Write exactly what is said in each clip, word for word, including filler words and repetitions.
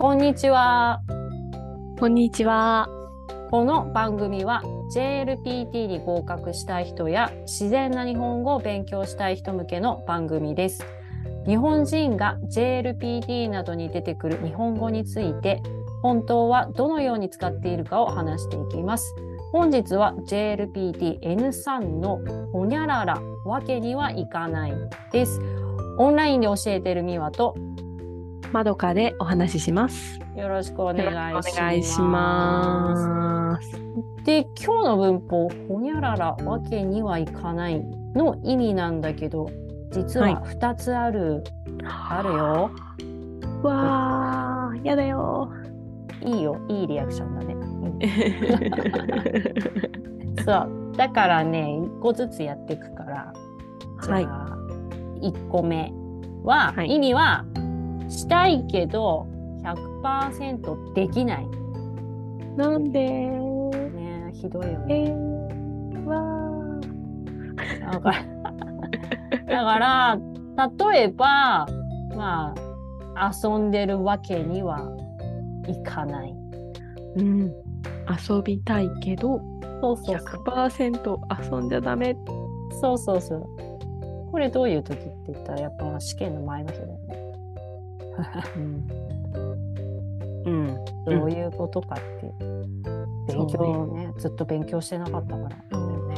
こんにちは。 こんにちは。 この番組は ジェーエルピーティー に合格したい人や自然な日本語を勉強したい人向けの番組です。日本人が ジェーエルピーティー などに出てくる日本語について、本当はどのように使っているかを話していきます。本日は ジェーエルピーティーエヌスリー のほにゃららわけにはいかないです。オンラインで教えているみわとまどかでお話しします。 よろしくお願いします。 お願いします。 で、今日の文法、ほにゃららわけにはいかないの意味なんだけど、実はふたつある、はい、あるよ。 わー、やだよ。 いいよ、いいリアクションだね。そう、だからね、いっこずつやっていくから、じゃあ、はい、いっこめは、はい、意味は、したいけど ひゃくパーセント できない。 なんでね、ひどいよね。 えー、わー。だからだから例えばまあ遊んでるわけにはいかない。 うん。遊びたいけどそうそうそうひゃくパーセント 遊んじゃダメ。 そうそうそう。これどういう時って言ったらやっぱ試験の前の日だよね。うん、うん、どういうことかって、うん、勉強ね、ずっと勉強してなかったからだよね。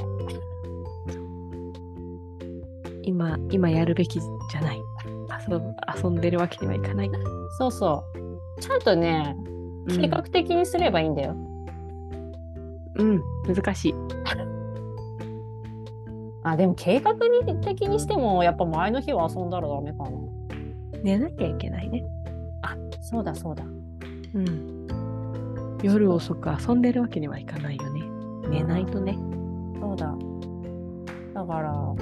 今今やるべきじゃない。遊, 遊んでるわけにはいかない。 そうそう。ちゃんとね、計画的にすればいいんだよ。 うん、うん、難しい。 あ、でも計画的にしてもやっぱ前の日は遊んだらダメかな。 寝なきゃいけないね。 あ、そうだそうだ。 うん。夜遅く遊んでるわけにはいかないよね。寝ないとね。 そうだ。だから、うん、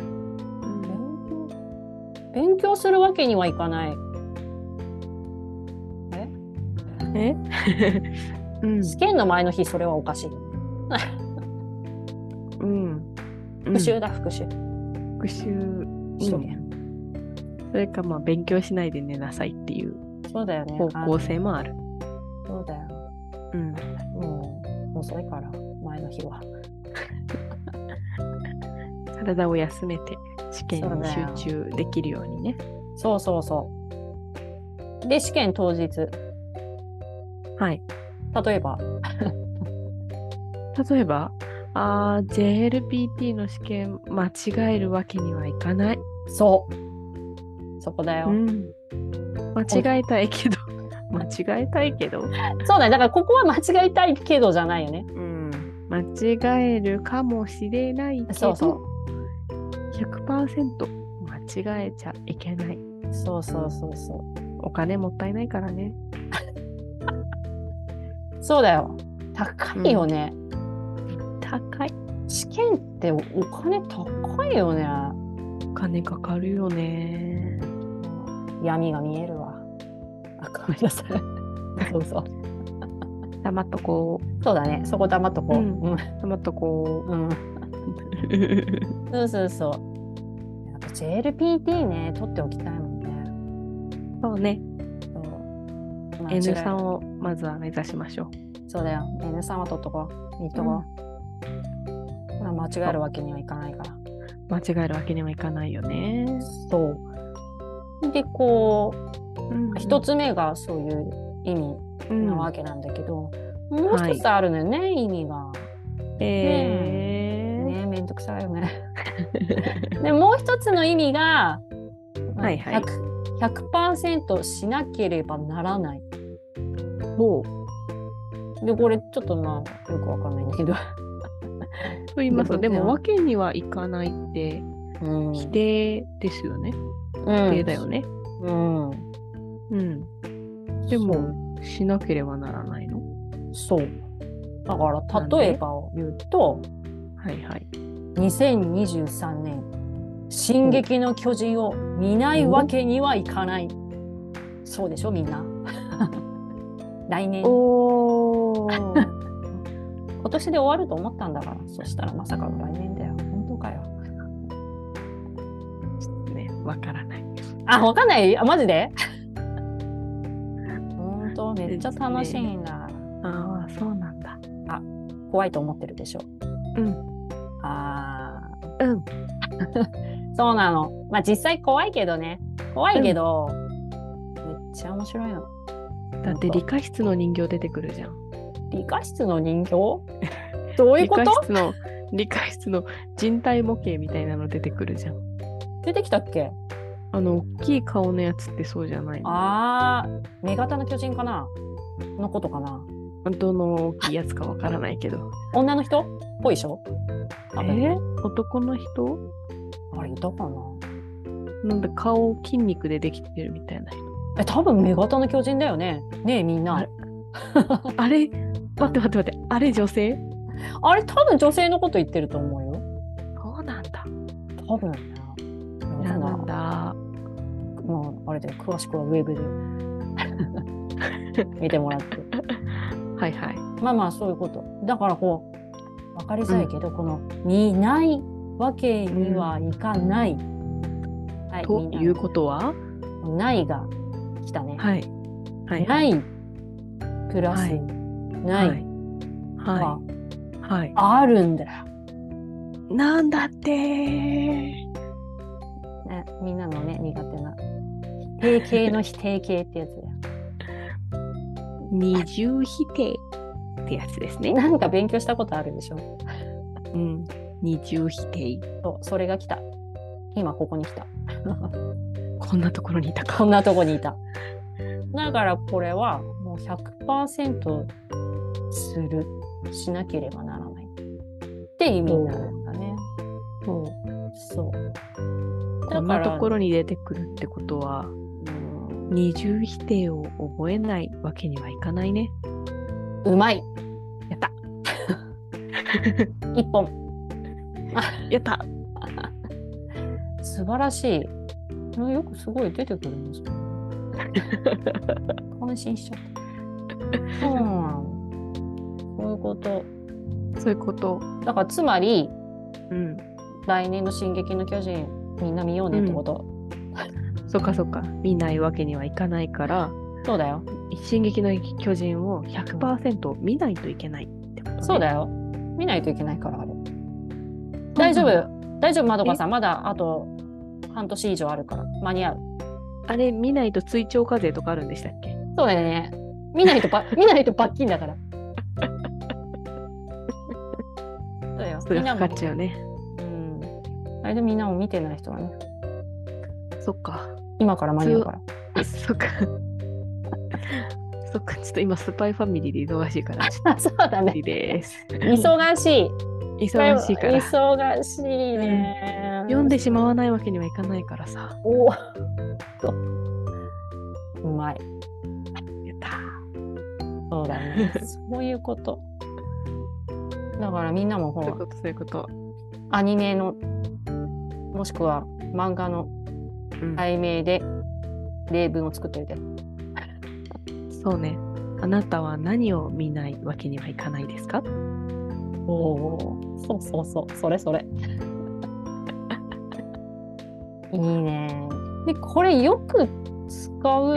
勉強、勉強するわけにはいかない。え？ え？ うん、試験の前の日、それはおかしい。 うん。 復習だ、復習。 復習いいね。それかまあ勉強しないで寝なさいっていうそうだよね。 方向性もある。 そうだよ。 うん。 もう遅いから前の日は。 体を休めて試験に集中できるようにね。 そうそうそう。で試験当日。 はい。 例えば。 例えば、あー ジェーエルピーティー の試験間違えるわけにはいかない。 そう。そこだよ、うん、 間違えたいけど間違えたいけどそうだね。だからここは間違えたいけどじゃないよね、 うん、間違えるかもしれないけどそうそうひゃくパーセント 間違えちゃいけない。 そうそうそうそう。 お金もったいないからね。 そうだよ。高いよね、 うん、高い。 試験ってお金高いよね。 お金かかるよね。 闇が見えるわ。あ、ごめんなさい。そうそう。 黙っとこう。 そうだね。そこ黙っとこう。うん、 黙っとこう。うん。 そうそうそう。やっぱ ジェーエルピーティー ね、取っておきたいもんね。 そうね。そう。エヌスリー をまずは目指しましょう。 そうだよ。エヌスリー は取っとこう。いいとこ。うん、まあ、間違えるわけにはいかないから。 間違えるわけにはいかないよね。 そう。でこう、うんうん、一つ目がそういう意味なわけなんだけど、うん、もう一つあるのよね、はい、意味が。 えー、 ねえ、めんどくさいよね。でもう一つの意味が、 はいはい、 ひゃくパーセント しなければならない。 ほう。でこれちょっとまあよくわかんないんだけど。 と言いますと、でもわけにはいかないって否定ですよね。否定だよね。うん。うん。でもしなければならないの？ そう。だから例えばを言うと、 はいはい。 にせんにじゅうさんねん進撃の巨人を見ないわけにはいかない。そうでしょみんな。来年。お今年で終わると思ったんだから。そしたらまさかの来年だよ。本当かよ。 ちょっとね、わからない。 あ、わかんない？あ、マジで？本当めっちゃ楽しいんだ。 ああ、そうなんだ。 あ、怖いと思ってるでしょ。 うん。 ああ、うん。 そうなの。まあ実際怖いけどね。怖いけど、うん、めっちゃ面白いの。 だって理科室の人形出てくるじゃん。 理科室の人形どういうこと？ 理科室の、理科室の人体模型みたいなの出てくるじゃん。 出てきたっけ？ あの、大きい顔のやつってそうじゃないの？ あー、女型の巨人かなのことかな。 どの大きいやつかわからないけど。 女の人っぽいでしょ？ えー、男の人？ あれいたかな？ なんだ顔筋肉でできてるみたいな人。 え、多分女型の巨人だよね。ねえみんな。 あれ、あれ待って待って待って。あれ女性？ あれ多分女性のこと言ってると思うよ。 そうなんだ。 多分ね。 なんだ。 まあ、あれで詳しくはウェブで見てもらって。 はいはい。 まあまあそういうこと。だからこう分かりづらいけど、うん、この見ないわけにはいかない。うん、はい、 ということはないが来たね。 はい。はい、 ないプラス、はい、ないは、 はい、 あるんだよ。 なんだってー。 ね、みんなのね苦手な否定形の否定形ってやつだよ。 二重否定ってやつですね。 なんか勉強したことあるでしょ。 うん。二重否定。 そう、それが来た。今ここに来た。 こんなところにいたか。 こんなところにいた。だからこれはもう ひゃくパーセント するしなければならないって意味になるんだね。 そう。 そう。 こんなところに出てくるってことは、うん、二重否定を覚えないわけにはいかないね。 うまい。やった。一本。 やった。 素晴らしい。よくすごい出てくるんですよ。感心しちゃった。そうなの。そういうこと。 そういうこと。 だからつまり、 うん、 来年の進撃の巨人みんな見ようねってこと。 うん、そっかそっか。見ないわけにはいかないから。 そうだよ。 進撃の巨人を ひゃくパーセント 見ないといけないってことね。 そうだよ。見ないといけないからあれ。大丈夫、大丈夫まどかさん。まだあと半年以上あるから間に合う。あれ見ないと追徴課税とかあるんでしたっけ？ そうだよね。見ないとば見ないと罰金だから。そうだよ。 それがかかっちゃうね。 うん。あれでみんなも見てない人はね。 そっか。 今から間に合うから。 そっか。そっか。ちょっと今スパイファミリーで忙しいから。 そうだね。 です。 忙しい。 忙しいから。 忙しいね、 うん。読んでしまわないわけにはいかないからさ。 おお。うまい。 やったー。そうだね。そういうこと。だからみんなもほら。 そういうこと、そういうこと。 アニメのもしくは漫画の題名で例文を作っておいて、うん、 そうね。あなたは何を見ないわけにはいかないですか？ おお、そうそうそう、それそれ。いいね。で、これよく使う、うん、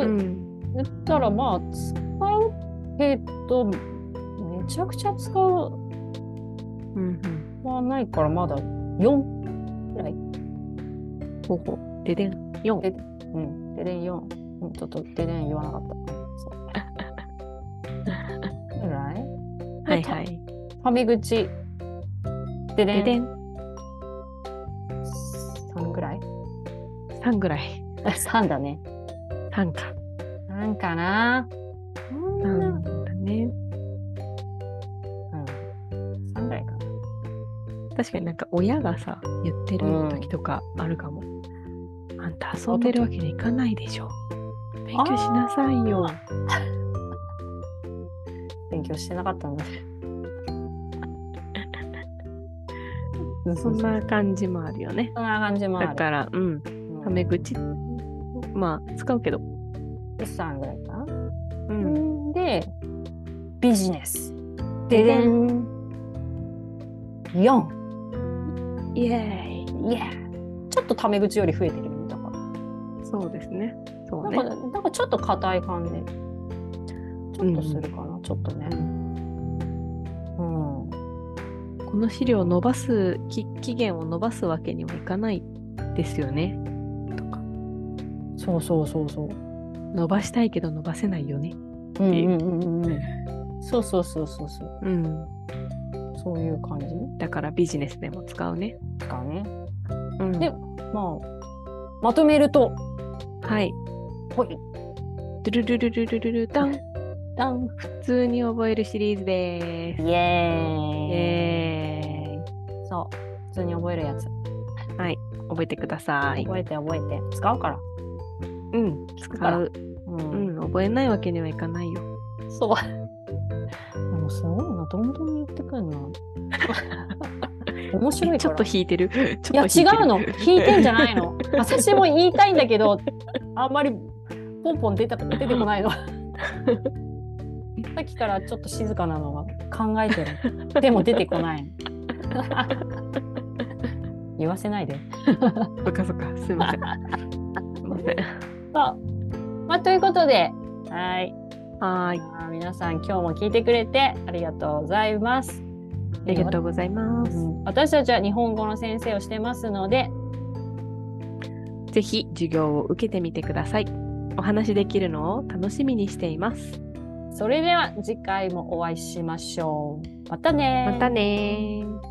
言ったらまあ使うけどめちゃくちゃ使う、うんうん、はないからまだよんくらい。 ほうほう。ででんよん。 で、うん、ででんよん。うん、ちょっとででん言わなかった。そう。ぐらい？ はいはい。 タメ口。ででん。 ででん。 さんぐらい？ さんぐらい。 さんだね。 さんか。 さんかな。 さんだね。 うん。さんぐらいかな。 確かになんか親がさ、言ってる時とかあるかも。うん、あんた遊んでるわけにいかないでしょ。勉強しなさいよ。 勉強してなかったんだね。 そんな感じもあるよね。 そんな感じもある。 だから、うん。タメ口、まあ、使うけど。 さんぐらいかな。 うん。 で、ビジネス。ででん。よん。 イエーイ。 イエーイ。ちょっとタメ口より増えてるよね、だから。 そうですね。そうね。 なんか、なんかちょっと硬い感じ。 ちょっとするかな、うん、ちょっとね、うん、 この資料を伸ばす期限を伸ばすわけにはいかないですよねとか、 そうそうそうそう、 伸ばしたいけど伸ばせないよねっていう、うんうんうんうん、 そうそうそうそうそう、うん、そういう感じ。 だからビジネスでも使うね。 使うね。うん、で、まあまとめると、 はい。 ほい。 ドゥルルルルルルルダン。 ダン。 普通に覚えるシリーズでーす。 イエーイ。イエーイ。 そう。普通に覚えるやつ。 はい。覚えてください。 覚えて覚えて。使うから。 うん。使う。うん、うん。覚えないわけにはいかないよ。 そう。でもすごいな。どんどん言ってくんな。面白いから。 ちょっと引いてる。ちょっと引いてる。 いや違うの。引いてんじゃないの。私も言いたいんだけど、あんまりポンポン出た出てこないの。さっきからちょっと静かなのは考えてる。でも出てこない。言わせないで。 そっかそっか。すいません。すいません。 そう。まあ、ということで、はい。 はい。 皆さん今日も聞いてくれてありがとうございます。 ありがとうございます。 私たちは日本語の先生をしてますので、 ぜひ授業を受けてみてください。お話できるのを楽しみにしています。 それでは次回もお会いしましょう。またね。 またね。